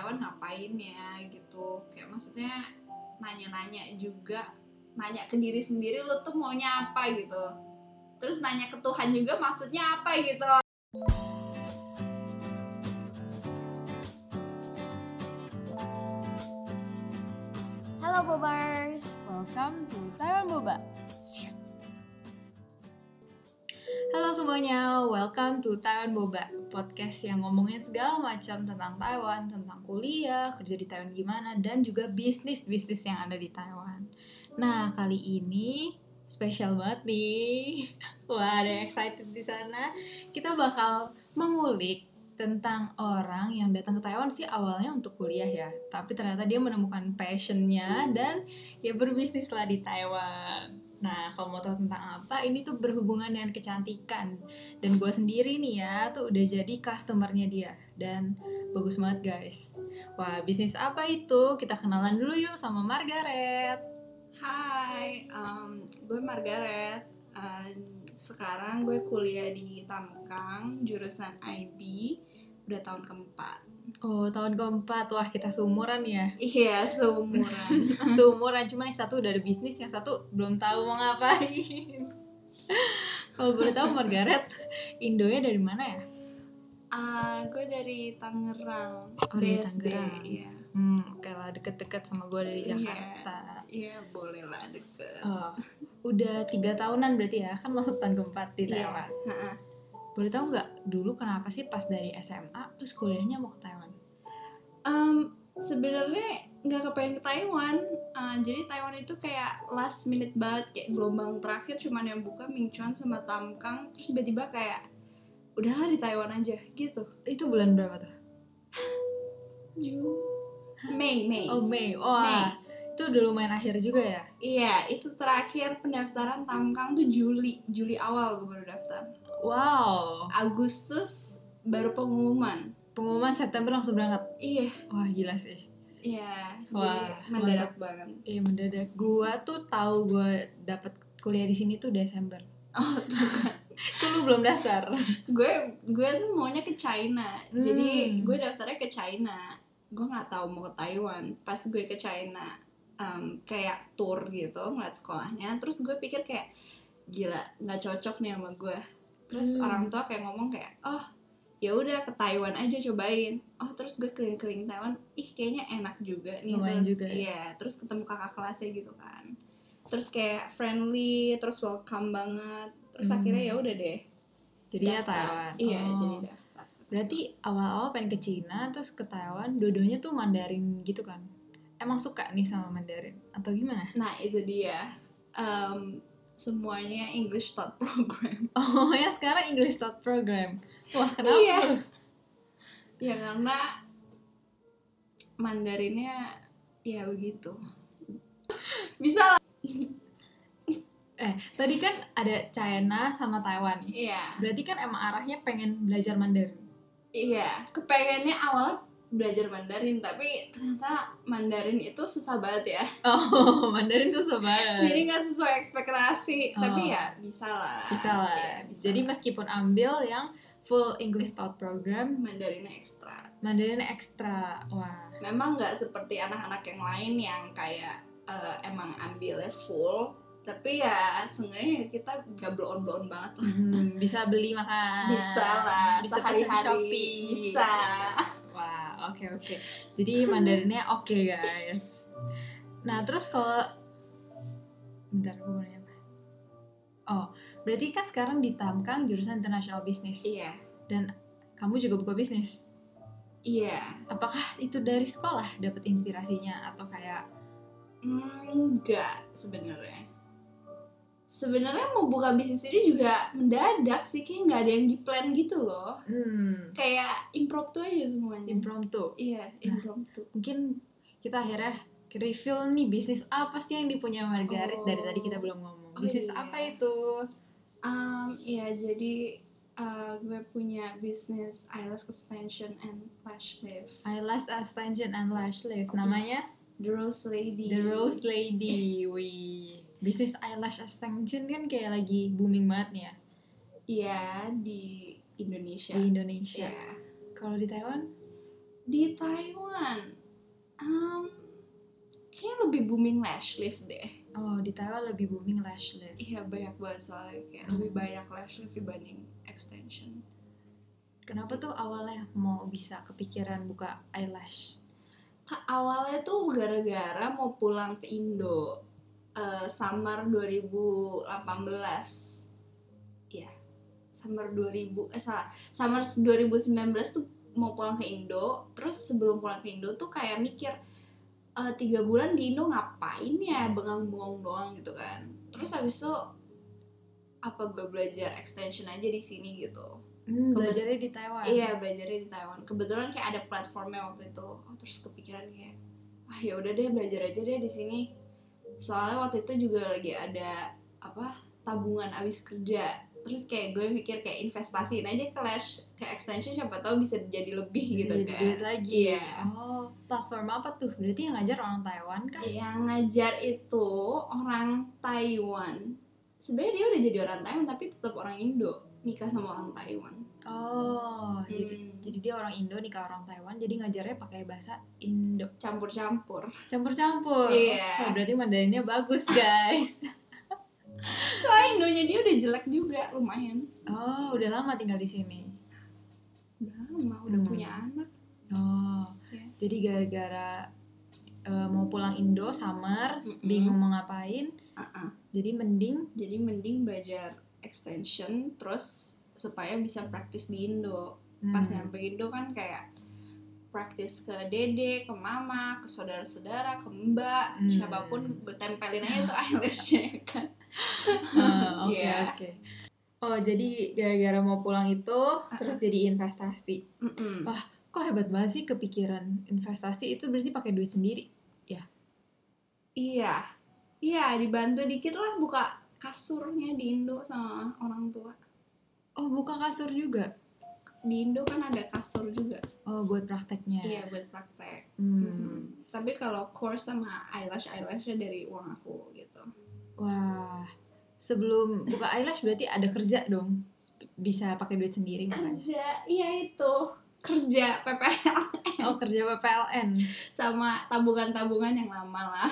Taiwan ngapain ya gitu. Kayak maksudnya nanya-nanya juga, nanya ke diri sendiri lu tuh maunya apa gitu. Terus nanya ke Tuhan juga maksudnya apa gitu. Halo Bobers, welcome to Taiwan Boba. Halo semuanya, welcome to Taiwan Boba, podcast yang ngomongin segala macam tentang Taiwan, tentang kuliah, kerja di Taiwan gimana, dan juga bisnis-bisnis yang ada di Taiwan. Nah, kali ini spesial banget nih. Wah, ada yang excited di sana. Kita bakal mengulik tentang orang yang datang ke Taiwan sih awalnya untuk kuliah ya, tapi ternyata dia menemukan passionnya dan ya berbisnis lah di Taiwan. Nah, kalau mau tahu tentang apa, ini tuh berhubungan dengan kecantikan. Dan gue sendiri nih ya, tuh udah jadi customernya dia. Dan bagus banget guys. Wah, bisnis apa itu? Kita kenalan dulu yuk sama Margaret. Hai, gue Margaret. Sekarang gue kuliah di Tamkang, jurusan IB, udah tahun keempat. Oh, tahun keempat. Wah, kita seumuran ya. Iya, seumuran. Seumuran, cuman yang satu udah ada bisnis, yang satu belum tahu mau ngapain. Kalau boleh tahu Margaret, Indonya dari mana ya? Gue dari Tangerang. Oh, dari BSD, Tangerang. iya. Oke lah, deket-deket sama gue dari Jakarta. Iya, boleh lah deket. Oh, udah 3 tahunan berarti ya, kan masuk tahun keempat di Taiwan. Iya. Boleh tahu nggak dulu kenapa sih pas dari SMA terus kuliahnya mau ke Taiwan? Sebenarnya nggak kepengen ke Taiwan. Jadi Taiwan itu kayak last minute banget, kayak gelombang terakhir cuman yang buka Mingchuan sama Tamkang, terus tiba-tiba kayak udahlah di Taiwan aja gitu. Itu bulan berapa tuh? Mei. Oh, Mei. Wah, itu udah lumayan akhir juga ya? Iya, itu terakhir pendaftaran Tamkang tuh Juli awal gue baru daftar. Wow. Agustus baru pengumuman. Pengumuman September langsung berangkat. Iya. Wah, gila sih. Iya. Wah, jadi mendadak banget. Iya, mendadak. Gua tuh tahu gue dapet kuliah di sini tuh Desember. Oh tuh kan. Tuh lu belum daftar. gue tuh maunya ke China. Jadi gue daftarnya ke China. Gue nggak tahu mau ke Taiwan. Pas gue ke China, kayak tour gitu ngeliat sekolahnya. Terus gue pikir kayak gila nggak cocok nih sama gue. Terus orang tua kayak ngomong kayak ya udah ke Taiwan aja cobain. Terus gue keliling-keliling Taiwan, kayaknya enak juga nih. Lumayan terus juga, ya? iya, terus ketemu kakak kelasnya gitu kan. Terus kayak friendly, terus welcome banget. Terus akhirnya ya udah deh. Jadi ya Taiwan. Iya, jadi daftar. Berarti awal-awal pengen ke Cina terus ke Taiwan, dua-duanya tuh Mandarin gitu kan? Emang suka nih sama Mandarin atau gimana? Nah itu dia. Semuanya English Start Program. Oh ya, sekarang English Start Program. Wah, kenapa? Iya. Ya karena Mandarinnya ya begitu. Bisa lah. Tadi kan ada China sama Taiwan. Iya. Berarti kan emang arahnya pengen belajar Mandarin. Iya, kepengennya awalnya belajar Mandarin, tapi ternyata Mandarin itu susah banget ya. Oh, Mandarin susah banget. Jadi nggak sesuai ekspektasi, tapi ya bisa lah. Bisa lah. Ya, bisa. Jadi meskipun ambil yang full English Start Program, Mandarinnya ekstra. Mandarinnya ekstra. Wah. Memang nggak seperti anak-anak yang lain yang kayak emang ambilnya full, tapi ya seenggaknya kita nggak blow on banget lah. Bisa beli makan. Bisa lah, Bisa sehari-hari. pesen Shopee. Bisa. Wah, oke. Jadi Mandarinnya oke guys. Nah, terus kalau bentar, gue mau nanya apa? Oh, berarti kan sekarang di Tamkang jurusan International Business. Iya. Dan kamu juga buka bisnis. Iya. Apakah itu dari sekolah dapat inspirasinya atau kayak enggak sebenarnya. Sebenarnya mau buka bisnis ini juga mendadak sih, kayak nggak ada yang di plan gitu loh. Kayak impromptu aja semuanya. Impromptu. Iya, impromptu. Mungkin kita akhirnya reveal nih bisnis apa sih yang dipunya Margaret. Dari tadi kita belum ngomong. Bisnis apa itu? Ya jadi gue punya bisnis eyelash extension and lash lift. Eyelash extension and lash lift. Namanya? The Rose Lady. The Rose Lady. Wih. Bisnis eyelash extension kan kayak lagi booming banget nih ya. Iya, di Indonesia. Di Indonesia. Iya. Kalau di Taiwan? Di Taiwan, kayaknya lebih booming lash lift deh. Oh, di Taiwan lebih booming lash lift. Iya, banyak banget soalnya kayak lebih banyak lash lift dibanding extension. Kenapa tuh awalnya mau bisa kepikiran buka eyelash? Awalnya tuh gara-gara mau pulang ke Indo, summer 2018. Ya, summer 2019 tuh mau pulang ke Indo. Terus sebelum pulang ke Indo tuh kayak mikir 3 bulan di Indo ngapain ya, bengang-bengong doang gitu kan. Terus habis itu apa gue belajar extension aja di sini gitu. Belajarnya di Taiwan. Iya, belajarnya di Taiwan. Kebetulan kayak ada platformnya waktu itu. Terus kepikiran kayak, ya udah deh belajar aja deh di sini. Soalnya waktu itu juga lagi ada tabungan abis kerja. Terus kayak gue mikir kayak investasiin aja ke lash, ke extension, siapa tahu bisa jadi lebih Bisa gitu jadi kan. duit lagi. Iya. Oh, platform apa tuh? Berarti yang ngajar orang Taiwan kah? Yang ngajar itu orang Taiwan. Sebenarnya dia udah jadi orang Taiwan tapi tetap orang Indo, nikah sama orang Taiwan. Oh, jadi dia orang Indo nikah orang Taiwan, jadi ngajarnya pakai bahasa Indo. Campur-campur. Campur-campur. Iya. Oh, berarti Mandarinnya bagus, guys. Soalnya Indonya dia udah jelek juga, lumayan. Oh, udah lama tinggal di sini. Udah lama, udah punya anak. Oh, Ya. jadi gara-gara mau pulang Indo summer, bingung mau ngapain, jadi mending belajar extension terus supaya bisa praktis di Indo. Pas nyampe Indo kan kayak praktis ke dede, ke mama, ke saudara-saudara, ke mbak, siapapun tempelin aja tuh eyelashnya kan. Oke. Oh, jadi gara-gara mau pulang itu terus jadi investasi. Wah, kok hebat banget sih kepikiran investasi. Itu berarti pakai duit sendiri ya? Iya, dibantu dikit lah buka kasurnya di Indo sama orang tua. Oh, buka kasur juga? Di Indo kan ada kasur juga. Oh, buat prakteknya. Iya, buat praktek. Tapi kalau course sama eyelashnya dari uang aku gitu. Wah, sebelum buka eyelash berarti ada kerja dong, bisa pakai duit sendiri makanya. Kerja, iya itu kerja PPLN. Oh, kerja PPLN sama tabungan-tabungan yang lama lah.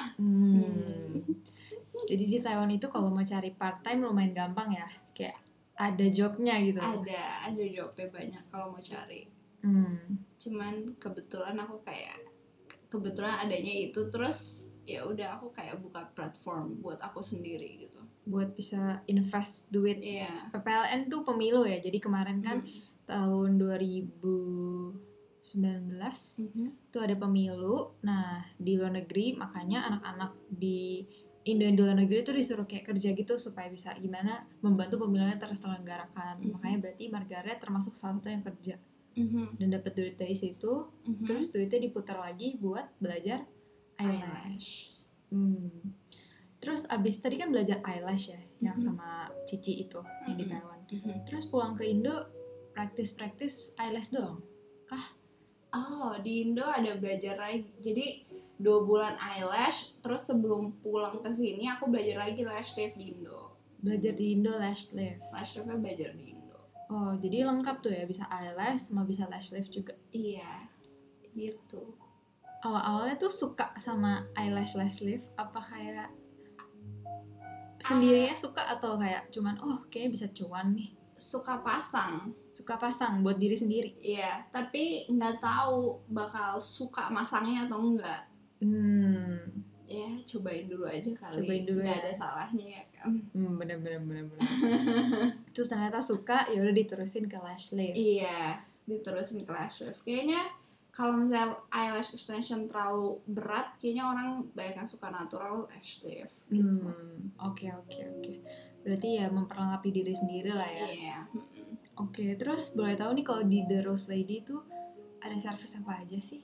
Jadi di Taiwan itu kalau mau cari part time lumayan gampang ya, kayak ada jobnya gitu. Ada jobnya banyak kalau mau cari. Cuman kebetulan adanya itu, terus ya udah aku kayak buka platform buat aku sendiri gitu. Buat bisa invest duit. Iya. PPLN tuh pemilu ya. Jadi kemarin kan tahun 2019 tuh ada pemilu. Nah, di luar negeri makanya anak-anak di Indo yang di luar negeri tuh disuruh kayak kerja gitu supaya bisa gimana membantu pemilunya terselenggarakan. Makanya berarti Margaret termasuk salah satu yang kerja. Dan dapat duit dari situ, terus duitnya diputar lagi buat belajar eyelash. Terus abis tadi kan belajar eyelash ya, yang sama Cici itu yang di Taiwan. Terus pulang ke Indo praktis eyelash doang kah? Oh, di Indo ada belajar lagi. Jadi 2 bulan eyelash, terus sebelum pulang ke sini aku belajar lagi lash lift di Indo. Belajar di Indo lash lift. Lash liftnya belajar di Indo. Oh, jadi lengkap tuh ya, bisa eyelash sama bisa lash lift juga. Iya, gitu. Awalnya tuh suka sama eyelash lash lift, apa kayak sendirinya suka atau kayak cuman kayaknya bisa cuan nih? Suka pasang buat diri sendiri. Iya, tapi nggak tahu bakal suka masangnya atau enggak. Ya, cobain dulu aja kali. Nggak ada salahnya ya kan. Bener. Terus ternyata suka, ya udah diterusin ke lash lift. Iya, diterusin ke lash lift. Kayaknya kalau misalnya eyelash extension terlalu berat, kayaknya orang banyak yang suka natural lash lift. Gitu. Oke. Berarti ya memperlengkapi diri sendiri lah ya. Iya. Oke, terus boleh tahu nih kalau di The Rose Lady tuh ada service apa aja sih?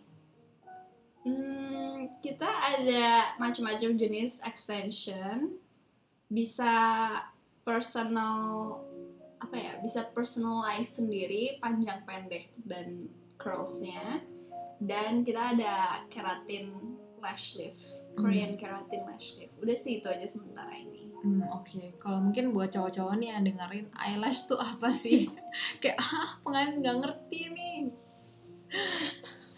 Kita ada macam-macam jenis extension. Bisa bisa personalize sendiri, panjang pendek dan curlsnya. Dan kita ada keratin lash lift, Korean keratin lash lift. Udah sih itu aja sementara ini. Oke. Kalau mungkin buat cowok-cowok nih yang dengerin eyelash tuh apa sih? Kayak pengen nggak ngerti nih.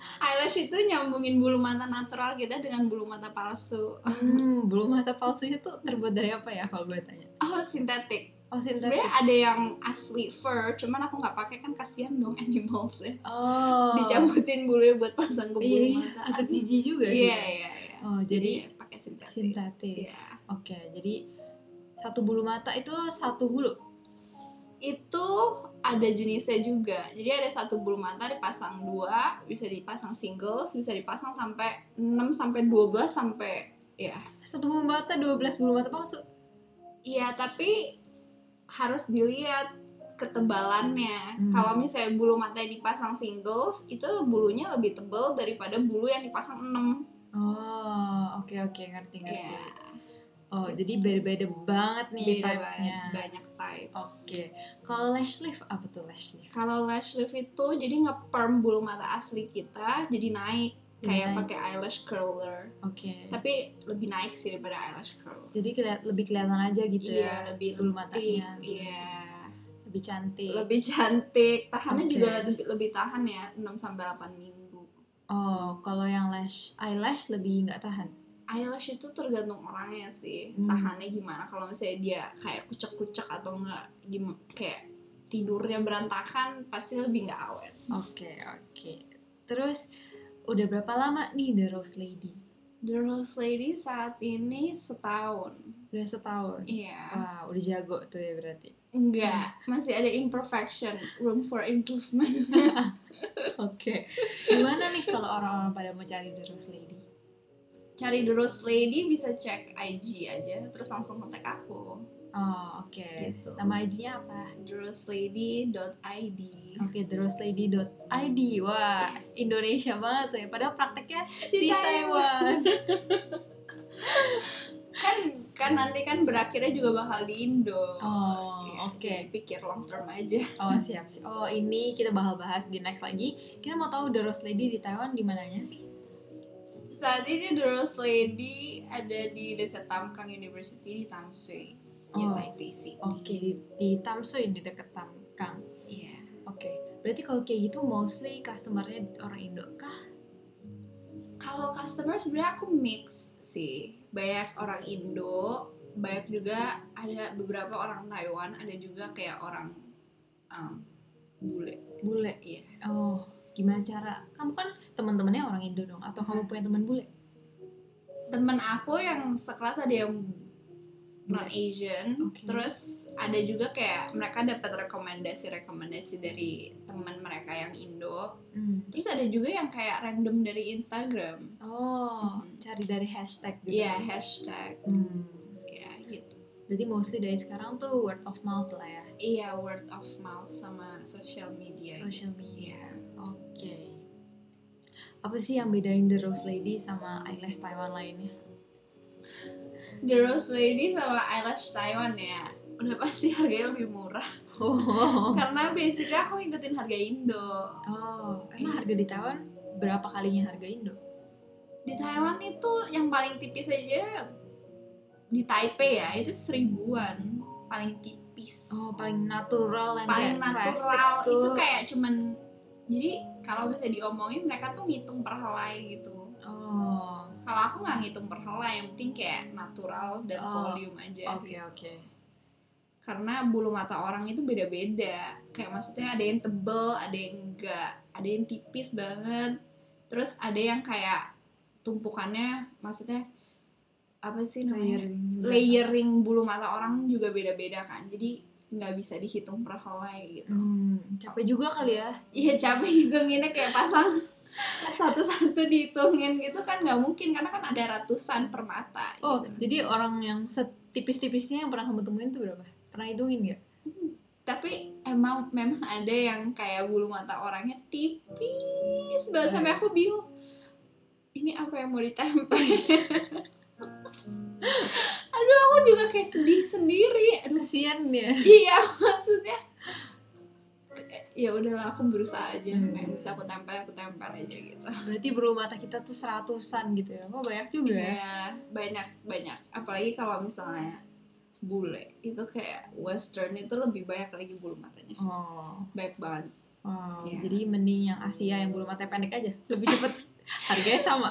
eyelash itu nyambungin bulu mata natural kita dengan bulu mata palsu. Bulu mata palsunya tuh terbuat dari apa ya kalau boleh tanya? Oh, sintetik. Oh, sintetik. Sebenarnya ada yang asli fur, cuman aku nggak pakai kan kasihan dong animalsnya. Oh. Dicabutin bulunya buat pasang ke bulu mata. Agak jijik juga sih. Iya. Oh, jadi pakai sintetis. sintetis. Iya. Oke, jadi satu bulu mata itu satu bulu. Itu ada jenisnya juga. Jadi ada satu bulu mata dipasang 2, bisa dipasang singles, bisa dipasang sampai 6 sampai 12 sampai ya. Satu bulu mata 12 bulu mata palsu. Iya, tapi harus dilihat ketebalannya. Kalau misalnya bulu mata yang dipasang singles, itu bulunya lebih tebal daripada bulu yang dipasang 6. Oh, oke ngerti. Iya. Oh, jadi beda-beda banget nih Beda type-nya. banyak types. Oke. Kalau lash lift apa tuh lash lift? Kalau lash lift itu jadi nge-perm bulu mata asli kita jadi naik kayak naik. pakai eyelash curler. Oke. Tapi lebih naik sih daripada eyelash curler. Jadi lebih kelihatan aja gitu Iya, ya. lebih bulu lentik, matanya. Iya. Lebih cantik. Lebih cantik. Tahannya Oke. juga lebih tahan ya, 6 sampai 8 minggu. Oh, kalau yang eyelash lebih nggak tahan. Eyelash itu tergantung orangnya sih, tahannya gimana. Kalau misalnya dia kayak kucek-kucek atau enggak kayak tidurnya berantakan, pasti lebih nggak awet. Oke. Terus udah berapa lama nih The Rose Lady? The Rose Lady saat ini setahun. Udah setahun. Iya. Wah, udah jago tuh ya berarti. Enggak, masih ada imperfection, room for improvement. Oke. Gimana nih kalau orang-orang pada mau cari The Rose Lady? Cari The Rose Lady bisa cek IG aja, terus langsung kontak aku. Oh, oke. Gitu. Nama IG-nya apa? theroselady.id. Oke, theroselady.id. Wah, Indonesia banget tuh ya. Padahal prakteknya di Taiwan. kan nanti kan berakhirnya juga bakal di Indo. Oh, Ya, oke. jadi pikir long term aja. Oh, siap. Oh, ini kita bakal bahas di next lagi. Kita mau tahu The Rose Lady di Taiwan di mananya sih? Saat ini The Rose Lady ada di dekat Tamkang University di Tamsui, di Taipei City. Oke, di Tamsui, di dekat Tamkang. Iya. Oke, berarti kalau kayak gitu mostly customer-nya orang Indo kah? Kalau customer sebenarnya aku mix sih, banyak orang Indo, banyak juga ada beberapa orang Taiwan, ada juga kayak orang bule. Bule. Iya. Oh, gimana cara? Kamu kan teman-temannya orang Indo dong, atau kamu punya teman bule? Temen aku yang sekelas ada yang non Asian, Okay. terus ada juga kayak mereka dapat rekomendasi dari teman mereka yang Indo. Terus ada juga yang kayak random dari Instagram. Oh, cari dari hashtag gitu. Iya, hashtag. Ya gitu. Berarti mostly dari sekarang tuh word of mouth lah ya. Iya, word of mouth sama social media. Social media. Iya. Oke. Apa sih yang bedain The Rose Lady sama eyelash Taiwan lainnya? The Rose Lady sama eyelash Taiwan ya, udah pasti harganya lebih murah. Karena basically aku ngikutin harga Indo. Oh, emang harga di Taiwan berapa kalinya harga Indo? Di Taiwan itu yang paling tipis aja di Taipei ya, itu 1.000-an paling tipis. Oh, paling natural yang paling kayak natural classic tuh. itu kayak cuman, jadi kalau misalnya diomongin mereka tuh ngitung per helai gitu. Oh, Kalau aku nggak ngitung per helai, yang penting kayak natural dan volume aja. Oke. Karena bulu mata orang itu beda-beda. Kayak maksudnya ada yang tebel, ada yang enggak, ada yang tipis banget. Terus ada yang kayak tumpukannya, maksudnya apa sih namanya? Layering bulu mata orang juga beda-beda kan. Jadi nggak bisa dihitung per helai gitu. Capek juga kali ya. Iya, capek hitunginnya kayak pasang satu-satu dihitungin gitu kan nggak mungkin, karena kan ada ratusan per mata. Oh, gitu. jadi orang yang setipis-tipisnya yang pernah kamu temuin tuh berapa? Pernah hitungin nggak? Tapi memang ada yang kayak bulu mata orangnya tipis banget sampai aku bingung. Ini apa yang mau ditempel? Aduh, aku juga kayak sedih sendiri. Aduh, Kesian ya. iya, maksudnya ya udahlah, aku berusaha aja. Yang bisa aku tempel aja gitu. Berarti bulu mata kita tuh 100-an gitu ya. Oh, banyak juga ya. Iya, banyak. Apalagi kalau misalnya bule itu kayak western itu lebih banyak lagi bulu matanya. Oh. Banyak banget. Oh, Iya. jadi mending yang Asia yang bulu mata pendek aja. Lebih cepet Harganya sama.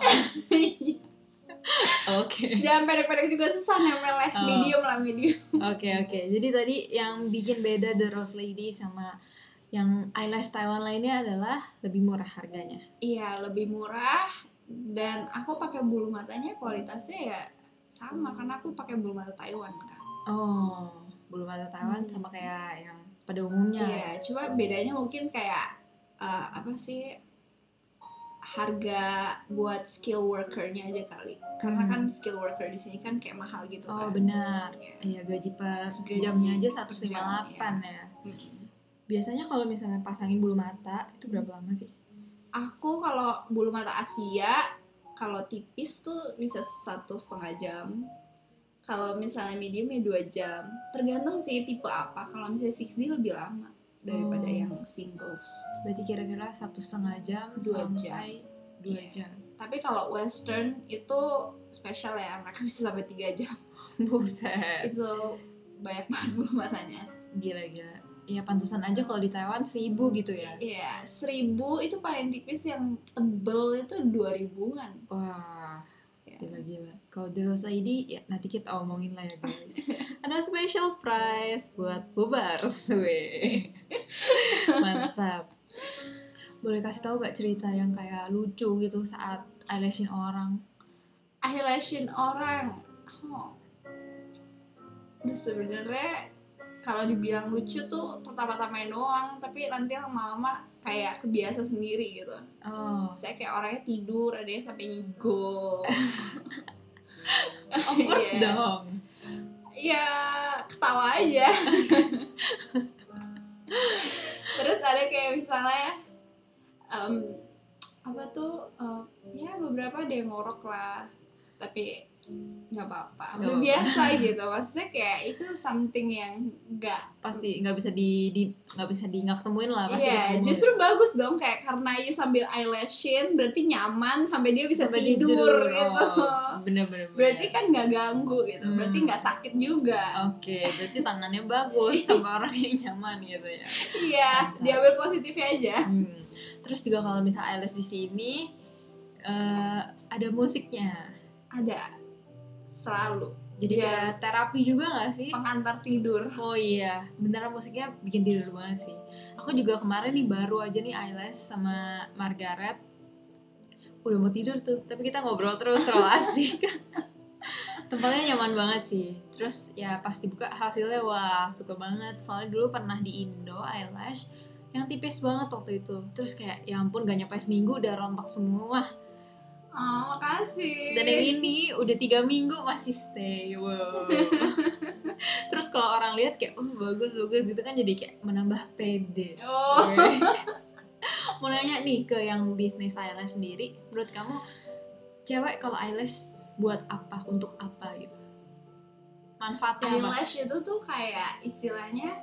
Oke. Jangan pendek-pendek juga susah nempelnya. Oh. Medium lah, medium. Oke. Jadi tadi yang bikin beda The Rose Lady sama yang eyelash Taiwan lainnya adalah lebih murah harganya. Iya, lebih murah, dan aku pakai bulu matanya kualitasnya ya sama karena aku pakai bulu mata Taiwan kan. Oh, bulu mata Taiwan sama kayak yang pada umumnya. Iya, cuma bedanya mungkin kayak apa sih, harga buat skill workernya aja kali. Karena kan skill worker di sini kan kayak mahal gitu Oh kan. benar. Iya. Iya, gaji per Gaji jamnya aja per 158 jam, ya. Mm-mm. Biasanya kalau misalnya pasangin bulu mata itu berapa lama sih? Aku kalau bulu mata Asia, kalau tipis tuh bisa 1,5 jam. Kalau misalnya medium ya 2 jam. Tergantung sih tipe apa. Kalau misalnya 6D lebih lama daripada yang singles. Berarti kira-kira 1,5 jam 2 sampai 2 Iya. jam. Tapi kalau western itu spesial ya, mereka bisa sampai 3 jam. Buset. Itu banyak banget bulu matanya. Gila. Ya pantesan aja kalau di Taiwan 1.000 gitu ya. Iya, 1.000 itu paling tipis, yang tebel itu 2.000-an. Wah, Ya. gila. Kalau The Rose Lady ya nanti kita omongin lah ya guys. Ada special price buat Bobars, weh. Mantap. Boleh kasih tahu gak cerita yang kayak lucu gitu saat eyelashin orang? Eyelashin orang, sebenarnya kalau dibilang lucu tuh pertama-tama doang, tapi nanti lama-lama kayak kebiasa sendiri gitu. Oh, Saya kayak orangnya tidur, ada yang sampai nyigo. awkward Iya. dong. Ya ketawa aja. Terus ada kayak misalnya apa tuh, ya beberapa ada yang ngorok lah, tapi nggak apa-apa, udah biasa gitu. Maksudnya kayak itu something yang nggak Pasti nggak bisa nggak ketemuin lah pasti. iya, ketemuin. justru bagus dong, kayak karena you sambil eyelashin berarti nyaman sampai dia bisa Sampai tidur gitu. Bener. Berarti kan nggak ganggu gitu, berarti nggak sakit juga. Oke, berarti tangannya bagus sama orang yang nyaman gitu ya. Iya, diambil positifnya aja. Terus juga kalau misalnya eyelash di sini ada musiknya. Ada, selalu. Jadi Iya. kayak terapi juga gak sih? Pengantar tidur. Oh iya, beneran musiknya bikin tidur banget sih. Aku juga kemarin nih baru aja nih eyelash sama Margaret. Udah mau tidur tuh, tapi kita ngobrol terus, terlalu asik. Tempatnya nyaman banget sih. Terus ya pas dibuka hasilnya wah suka banget. Soalnya dulu pernah di Indo eyelash yang tipis banget waktu itu. Terus kayak ya ampun gak nyampe seminggu udah rontok semua. Oh, makasih. Dan yang ini udah 3 minggu masih stay. Wow. Terus kalau orang lihat kayak bagus gitu kan, jadi kayak menambah pede. Oh. Mau nanya nih ke yang bisnis eyelash sendiri, menurut kamu cewek kalau eyelash buat apa, untuk apa gitu? Manfaatnya apa? Eyelash itu tuh kayak istilahnya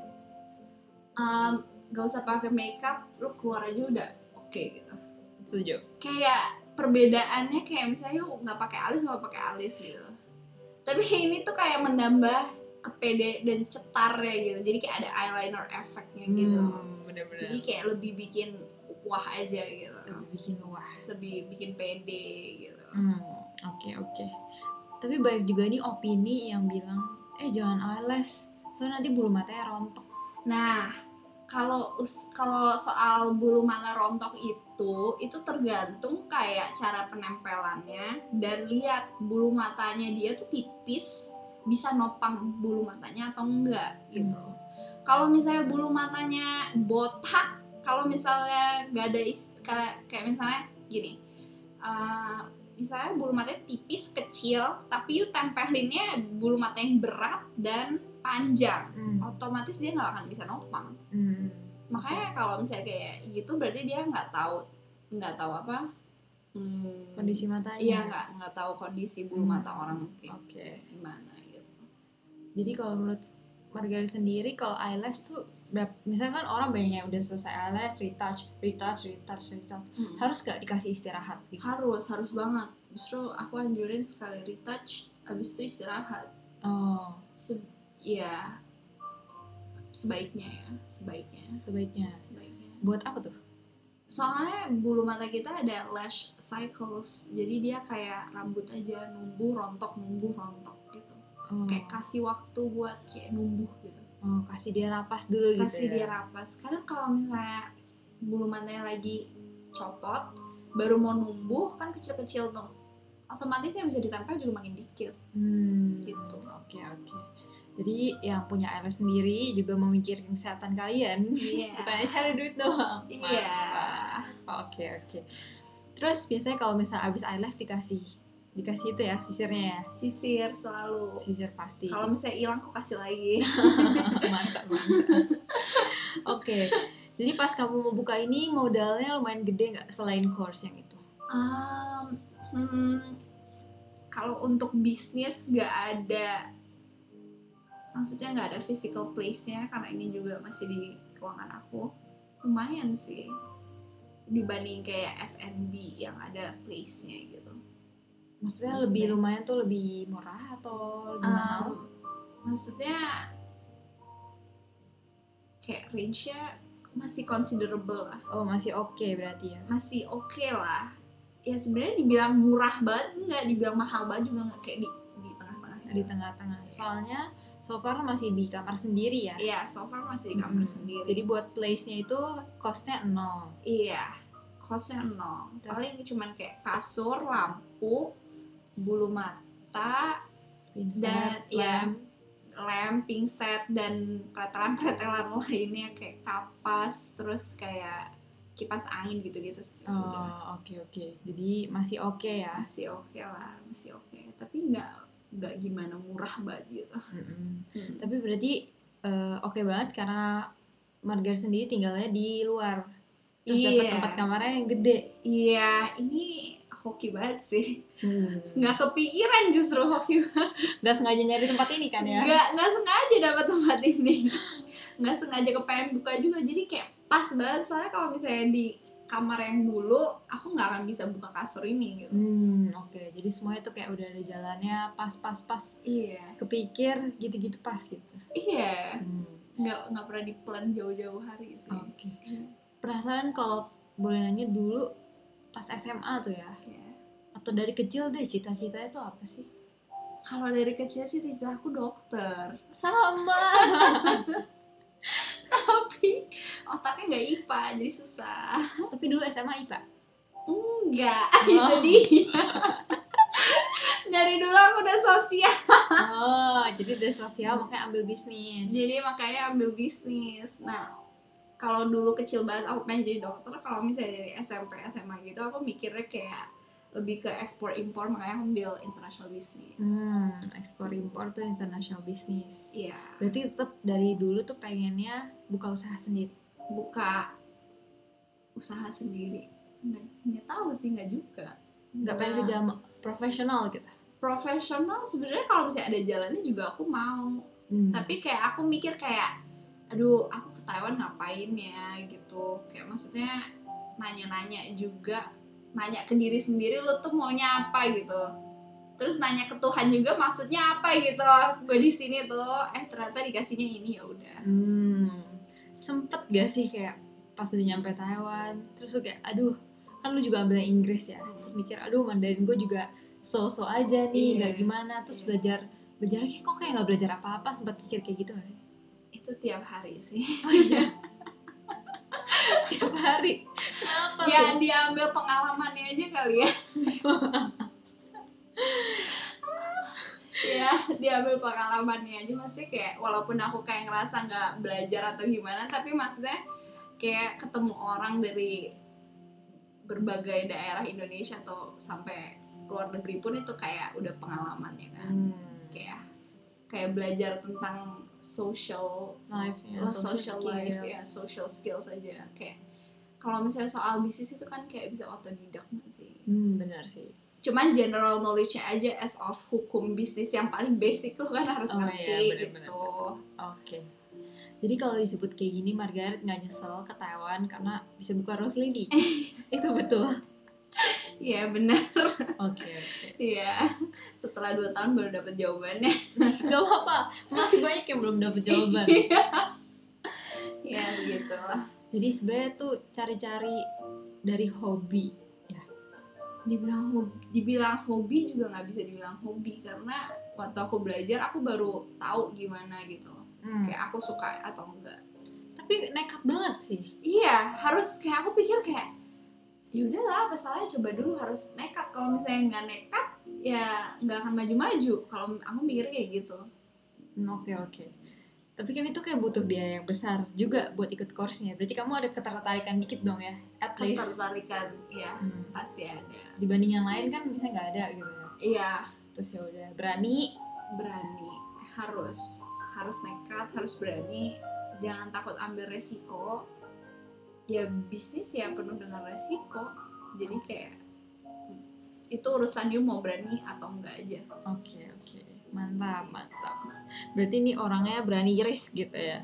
gak usah pakai makeup, lu keluar aja udah oke gitu. Setuju. Kayak perbedaannya kayak misalnya nggak pakai alis sama pakai alis gitu. Tapi ini tuh kayak menambah kepede dan cetarnya gitu. Jadi kayak ada eyeliner efeknya gitu. Bener-bener. Jadi kayak lebih bikin wah aja gitu. Lebih bikin wah. Lebih bikin pede gitu. Oke. Tapi banyak juga nih opini yang bilang, jangan eyelash, soalnya nanti bulu matanya rontok. Nah, kalau soal bulu mata rontok itu tergantung kayak cara penempelannya, dan lihat bulu matanya dia tuh tipis bisa nopang bulu matanya atau enggak gitu. Kalau misalnya bulu matanya botak, kalau misalnya nggak ada kayak misalnya gini, misalnya bulu matanya tipis kecil tapi you tempelinnya bulu mata yang berat dan panjang, otomatis dia nggak akan bisa nopang. Makanya kalau misalnya kayak gitu berarti dia nggak tahu apa kondisi matanya. Iya, nggak tahu kondisi bulu mata orang gimana gitu. Jadi kalau menurut Margaret sendiri, kalau eyelash tuh misalkan orang banyak yang udah selesai eyelash, retouch, harus gak dikasih istirahat gitu? Harus banget. Justru aku anjurin sekali retouch, abis itu istirahat. Sebaiknya. Buat apa tuh? soalnya bulu mata kita ada lash cycles, jadi dia kayak rambut aja numbuh rontok gitu. Kayak kasih waktu buat kayak numbuh gitu. Kasih dia napas dulu gitu. Kasih dia napas. Kadang kalau misalnya bulu matanya lagi copot baru mau numbuh kan kecil-kecil tuh, otomatis yang bisa ditempel juga makin dikit. Gitu. Oke. Jadi yang punya eyelash sendiri juga memikirkan kesehatan kalian. Bukannya cari duit doang. Iya. Oke. Terus biasanya kalau misalnya abis eyelash dikasih itu ya sisirnya ya. Sisir selalu. Sisir pasti. Kalau misalnya hilang aku kasih lagi. Mantap. Oke. Jadi pas kamu mau buka ini modalnya lumayan gede nggak selain course yang itu? Kalau untuk bisnis nggak ada, maksudnya nggak ada physical place-nya karena ini juga masih di ruangan aku, lumayan sih dibanding kayak F&B yang ada place-nya gitu. Maksudnya lebih lumayan tuh lebih murah atau lebih mahal? Maksudnya kayak range-nya masih considerable lah. Masih oke berarti ya? Masih oke lah. Ya sebenarnya dibilang murah banget enggak, dibilang mahal banget juga enggak, kayak di tengah-tengah. Di tengah-tengah. Soalnya so far masih di kamar sendiri ya? Iya, so far masih di kamar sendiri. Jadi buat place-nya itu cost-nya 0. Iya, cost-nya 0. Paling cuman kayak kasur, lampu, bulu mata, pinset, dan lem, pingset, dan pretelan-pretelan lainnya kayak kapas, terus kayak kipas angin gitu-gitu sih. Oke. Jadi masih oke ya? Masih oke lah, masih oke. Tapi nggak gimana murah banget gitu. Tapi berarti oke banget karena Margar sendiri tinggalnya di luar, terus dapat tempat kamarnya yang gede. Iya, ini hoki banget sih. Nggak kepikiran justru hoki banget. Nggak sengaja nyari tempat ini kan ya? Nggak sengaja dapat tempat ini. Nggak sengaja kepengen buka juga, jadi kayak pas banget. Soalnya kalau misalnya di kamar yang dulu aku nggak akan bisa buka kasur ini gitu. Oke. Jadi semuanya tuh kayak udah ada jalannya pas. Iya. Kepikir gitu pas gitu. Iya. Nggak pernah di plan jauh-jauh hari sih. Oke. Penasaran kalau boleh nanya dulu pas SMA tuh ya? Iya. Atau dari kecil deh cita-citanya tuh apa sih? Kalau dari kecil sih cita aku dokter. Sama. Tapi otaknya nggak IPA, jadi susah. Tapi dulu SMA IPA? Enggak, itu dia. Dari dulu aku udah sosial. Jadi udah sosial makanya ambil bisnis. Nah, kalau dulu kecil banget aku pengen jadi dokter. Kalau misalnya dari SMP, SMA gitu aku mikirnya kayak lebih ke ekspor impor, makanya aku ambil international business. Ekspor impor tuh international business. Iya. Berarti tetap dari dulu tuh pengennya buka usaha sendiri. Nggak tahu sih, nggak juga. Nggak pengen kerja profesional gitu. Profesional sebenarnya kalau misalnya ada jalannya juga aku mau. Tapi kayak aku mikir kayak, aduh aku ke Taiwan ngapain ya gitu. Kayak maksudnya nanya-nanya juga. Nanya ke diri sendiri, lo tuh maunya apa gitu. Terus nanya ke Tuhan juga maksudnya apa gitu. Gue di sini tuh ternyata dikasihnya ini, ya udah. Sempet gak sih kayak pas udah nyampe Taiwan terus lu kayak aduh kan lu juga ambil Inggris ya, terus mikir aduh Mandarin gue juga so-so aja nih, gak gimana, terus belajar kok kayak gak belajar apa-apa, sempat pikir kayak gitu gak sih? Itu tiap hari sih. Oh iya. Tiap hari. Kenapa ya tuh? Diambil pengalamannya aja kali ya. Ya diambil pengalamannya aja, maksudnya kayak walaupun aku kayak ngerasa nggak belajar atau gimana, tapi maksudnya kayak ketemu orang dari berbagai daerah Indonesia atau sampai luar negeri pun itu kayak udah pengalamannya kan. Kayak belajar tentang social life ya, social skills aja. Kayak kalau misalnya soal bisnis itu kan kayak bisa otodidak nggak sih? Benar sih. Cuman general knowledge-nya aja as of hukum bisnis yang paling basic lo kan harus ngerti gitu. Oke. Jadi kalau disebut kayak gini Margaret nggak nyesel ke Taiwan karena bisa buka Rose Lady. Itu betul. Iya benar. Oke. Iya. Setelah 2 tahun baru dapat jawabannya. Gak apa-apa. Masih banyak yang belum dapat jawaban. Ya begitulah. Jadi sebenarnya tuh cari-cari dari hobi ya? Dibilang hobi juga nggak bisa dibilang hobi, karena waktu aku belajar aku baru tahu gimana gitu loh. Kayak aku suka atau enggak. Tapi nekat banget sih. Iya, harus kayak aku pikir kayak ya udahlah, apa salahnya coba dulu, harus nekat. Kalau misalnya nggak nekat ya nggak akan maju-maju. Kalau aku mikir kayak gitu. Oke. Tapi kan itu kayak butuh biaya yang besar juga buat ikut course-nya. Berarti kamu ada ketertarikan dikit dong ya? At least. Ketertarikan, ya pasti ada. Dibanding yang lain kan misalnya nggak ada gitu ya. Iya. Terus ya udah berani, harus nekat, harus berani. Jangan takut ambil resiko. Ya bisnis ya penuh dengan resiko. Jadi kayak itu urusan you mau berani atau enggak aja. Oke. Mantap. Berarti ini orangnya berani risk gitu ya?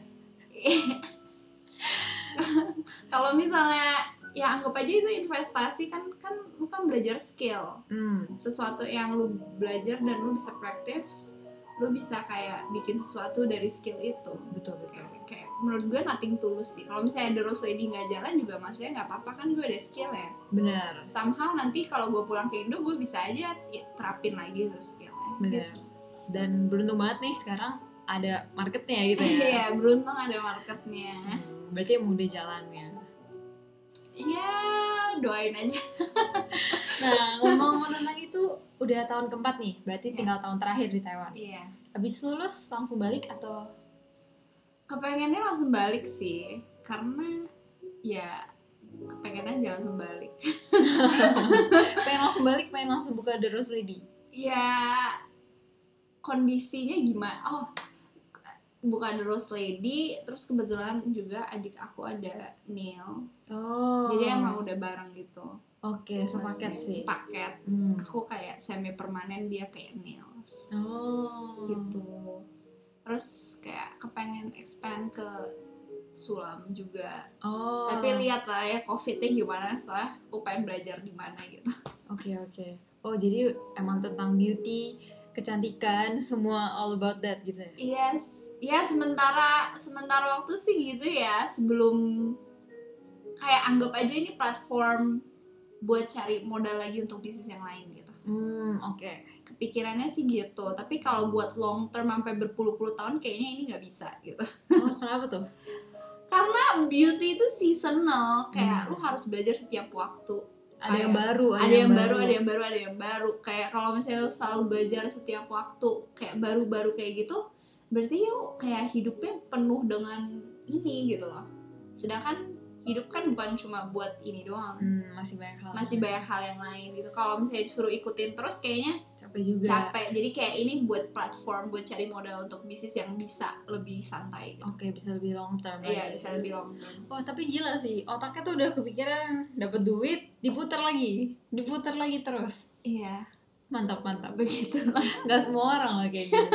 Kalau misalnya ya anggap aja itu investasi, kan lu kan belajar skill. Sesuatu yang lu belajar dan lu bisa practice, lu bisa kayak bikin sesuatu dari skill itu. Betul. Kayak menurut gue nothing tulus sih. Kalau misalnya The Rose Lady nggak jalan juga maksudnya nggak apa-apa, kan gue ada skill ya. Benar. Somehow nanti kalau gue pulang ke Indo gue bisa aja terapin lagi tuh skillnya. Benar. Gitu. Dan beruntung banget nih sekarang ada marketnya gitu ya. Iya, beruntung ada marketnya. Berarti emang udah jalannya. Iya, doain aja. Nah, ngomong tentang itu udah tahun keempat nih. Berarti tinggal tahun terakhir di Taiwan. Iya. Habis lulus langsung balik atau? Kepengennya langsung balik sih, karena ya kepengen aja langsung balik. pengen langsung buka The Rose Lady. Ya kondisinya gimana? Buka The Rose Lady, terus kebetulan juga adik aku ada Neil. Jadi emang udah bareng gitu. Oke, sepaket sih. Sepaket. Aku kayak semi permanen, dia kayak Nails. Gitu. Terus kayak kepengen expand ke Sulam juga. Tapi lihat lah ya COVID-nya gimana, soalnya aku pengen belajar di mana gitu. Oke. Oh, jadi emang tentang beauty, kecantikan, semua all about that gitu ya? Yes. Ya sementara waktu sih gitu ya, sebelum kayak anggap aja ini platform buat cari modal lagi untuk bisnis yang lain gitu. Oke. Kepikirannya sih gitu. Tapi kalau buat long term sampai berpuluh-puluh tahun kayaknya ini nggak bisa gitu. Kenapa tuh? Karena beauty itu seasonal, kayak lu harus belajar setiap waktu. Ada yang baru. Kayak kalau misalnya lu selalu belajar setiap waktu kayak baru-baru kayak gitu, berarti yuk kayak hidupnya penuh dengan ini gitu loh. Sedangkan hidup kan bukan cuma buat ini doang. Masih banyak hal yang lain gitu. Kalau misalnya disuruh ikutin terus kayaknya capek. Jadi kayak ini buat platform buat cari modal untuk bisnis yang bisa lebih santai gitu. Oke, bisa lebih long term. Iya, bisa lebih long term. Wah, tapi gila sih. Otaknya tuh udah kepikiran dapat duit, diputar lagi terus. Iya. Mantap begitu. Nggak semua orang lah kayak gitu.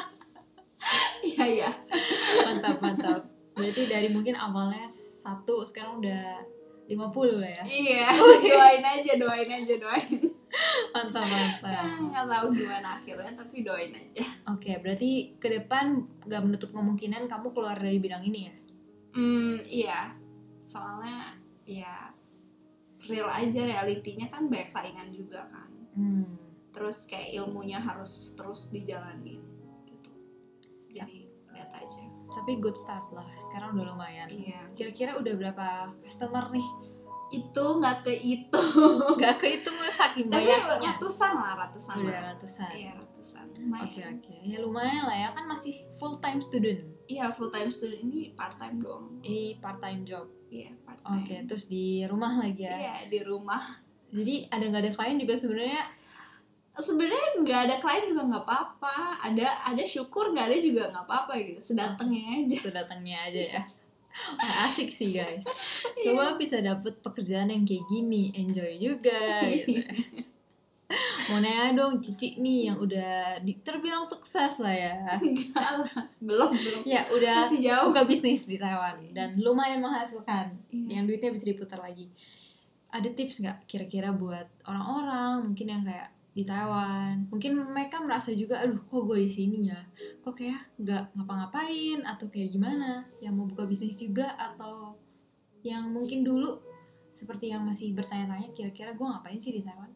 Iya. Mantap. Berarti dari mungkin awalnya 1, sekarang udah 50 lah ya. Iya. doain aja. Mantap. Nggak tahu gimana akhirnya, tapi doain aja. Oke, berarti ke depan nggak menutup kemungkinan kamu keluar dari bidang ini ya? Iya. Soalnya ya real aja, realitinya kan banyak saingan juga kan. Terus kayak ilmunya harus terus dijalanin gitu. Jadi lihat aja. Tapi good start lah, sekarang udah lumayan. Iya. Kira-kira udah berapa customer nih? Itu nggak kehitung. Nggak kehitung saking Tapi banyaknya. ratusan. Udah ratusan. Iya, ratusan. Lumayan. Oke. Ya lumayan lah ya, kan masih full time student. Iya, full time student, ini part time doang. Ini part time job. Iya, part time. Oke, terus di rumah lagi ya. Iya, di rumah. Jadi nggak ada klien juga sebenarnya nggak ada klien juga nggak apa-apa, ada syukur, nggak ada juga nggak apa-apa gitu, sedatengnya aja ya. Asik sih guys, coba bisa dapet pekerjaan yang kayak gini, enjoy juga gitu. Mau nanya dong Cici nih yang udah terbilang sukses lah ya. Enggak lah, belum ya udah masih jauh. buka bisnis di Taiwan dan lumayan menghasilkan, yang duitnya bisa diputar lagi. Ada tips nggak kira-kira buat orang-orang mungkin yang kayak di Taiwan, mungkin mereka merasa juga, aduh kok gue di sini ya, kok kayak nggak ngapa-ngapain atau kayak gimana, yang mau buka bisnis juga atau yang mungkin dulu seperti yang masih bertanya-tanya kira-kira gue ngapain sih di Taiwan?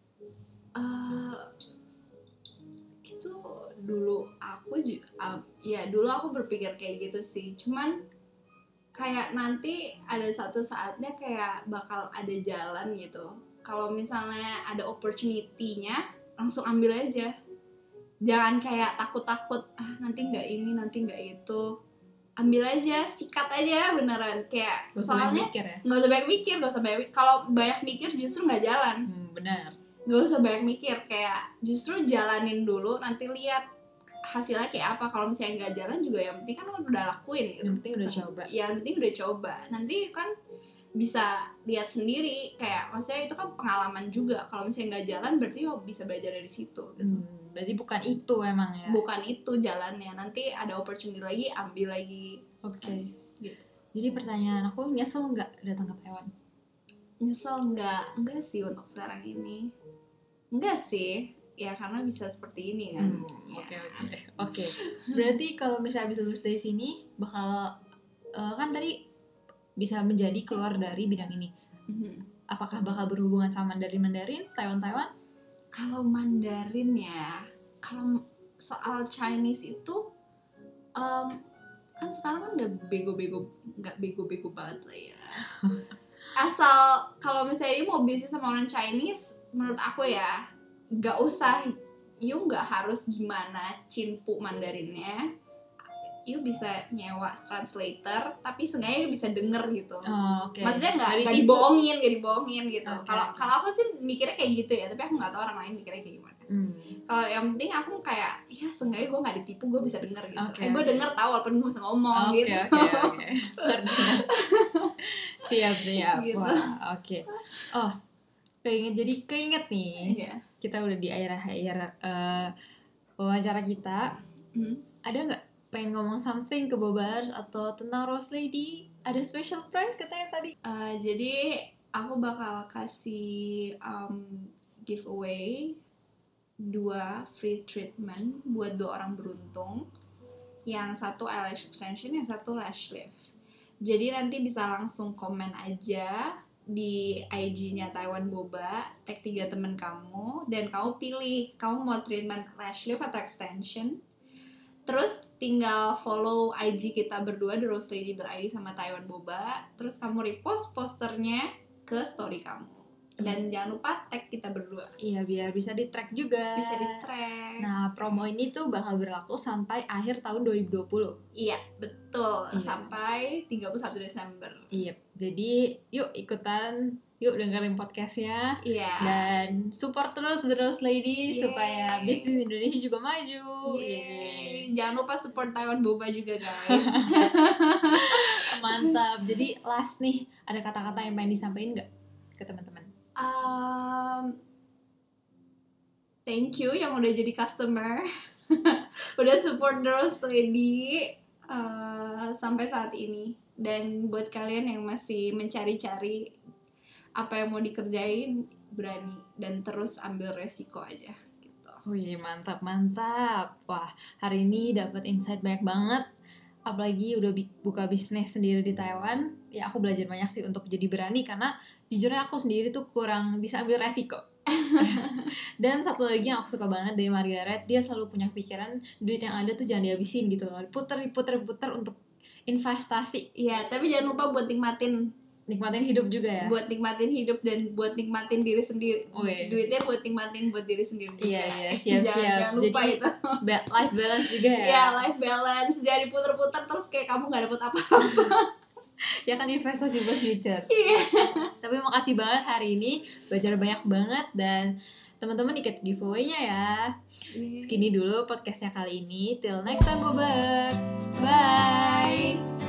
Itu dulu dulu aku berpikir kayak gitu sih, cuman kayak nanti ada satu saatnya kayak bakal ada jalan gitu. Kalau misalnya ada opportunity-nya, langsung ambil aja. Jangan kayak takut-takut, nanti nggak ini, nanti nggak itu. Ambil aja, sikat aja beneran. Kayak Gak usah soalnya mikir ya? nggak usah banyak mikir. Kalau banyak mikir justru nggak jalan. Benar. Gak usah banyak mikir, kayak justru jalanin dulu, nanti lihat hasilnya kayak apa. Kalau misalnya nggak jalan juga yang penting kan udah lakuin gitu. Yang penting udah coba. Ya, yang penting udah coba. Nanti kan bisa lihat sendiri, kayak maksudnya itu kan pengalaman juga. Kalau misalnya nggak jalan berarti bisa belajar dari situ gitu. Berarti bukan itu emang ya? Bukan itu jalannya. Nanti ada opportunity lagi, ambil lagi. Oke. Gitu. Jadi pertanyaan aku, nyesel nggak datang ke Taiwan? Nyesel nggak? Enggak sih untuk sekarang ini. Enggak sih. Ya karena bisa seperti ini kan. Oke. Berarti kalau misalnya bisa lulus dari sini bakal kan tadi bisa menjadi keluar dari bidang ini. Apakah bakal berhubungan sama Mandarin Taiwan? Kalau Mandarin ya, kalau soal Chinese itu kan sekarang kan nggak bego-bego banget lah ya. Asal kalau misalnya mau bisnis sama orang Chinese, menurut aku ya nggak usah, you nggak harus gimana cinpu Mandarinnya, you bisa nyewa translator, tapi seenggaknya you bisa denger gitu. Okay. Maksudnya nggak dibohongin gitu. Kalau aku sih mikirnya kayak gitu ya, tapi aku nggak tahu orang lain mikirnya kayak gimana. Kalau yang penting aku kayak ya seenggaknya gue nggak ditipu, gue bisa denger gitu. Gue denger tahu walaupun gue bisa ngomong gitu. Siap. Gitu. Wah, oke. Oh, keinget nih. Iya. Kita udah di akhir wawancara kita. Ada nggak pengen ngomong something ke Bobars atau tentang Rose Lady? Ada special prize katanya tadi. Jadi aku bakal kasih giveaway 2 free treatment buat 2 orang beruntung. Yang satu eyelash extension, yang satu lash lift. Jadi nanti bisa langsung komen aja di IG-nya Taiwan Boba, tag 3 temen kamu, dan kamu pilih kamu mau treatment lash lift atau extension. Terus tinggal follow IG kita berdua, theroselady.id sama Taiwan Boba. Terus kamu repost posternya ke story kamu. Dan jangan lupa tag kita berdua. Iya, biar bisa di-track juga. Bisa di-track. Nah, promo ini tuh bakal berlaku sampai akhir tahun 2020. Iya, betul. Iya. Sampai 31 Desember. Iya, jadi yuk ikutan, yuk dengerin podcastnya. Iya. Dan support terus The Rose Lady supaya bisnis Indonesia juga maju. Jangan lupa support Taiwan Boba juga, guys. Mantap. Jadi last nih, ada kata-kata yang pengen disampaikan nggak ke teman-teman? Thank you yang udah jadi customer. Udah support The Rose Lady sampai saat ini. Dan buat kalian yang masih mencari-cari apa yang mau dikerjain, berani dan terus ambil resiko aja gitu. Wih, mantap. Wah, hari ini dapat insight banyak banget. Apalagi udah buka bisnis sendiri di Taiwan. Ya aku belajar banyak sih untuk jadi berani, karena jujurnya aku sendiri tuh kurang bisa ambil resiko. Dan satu lagi yang aku suka banget dari Margaret, dia selalu punya pikiran duit yang ada tuh jangan dihabisin gitu loh, diputer untuk investasi. Iya, tapi jangan lupa buat nikmatin hidup juga ya. Buat nikmatin hidup dan buat nikmatin diri sendiri. Duitnya buat nikmatin buat diri sendiri juga. Iya, siap. Jangan lupa jadi, itu. Life balance juga ya. Iya, life balance. Jangan diputer-puter terus kayak kamu gak dapet apa-apa. Ya kan investasi buat future. Iya. Tapi makasih banget hari ini, belajar banyak banget. Dan teman-teman ikut giveaway-nya ya. Segini dulu podcastnya kali ini. Till next time, Bobers. Bye.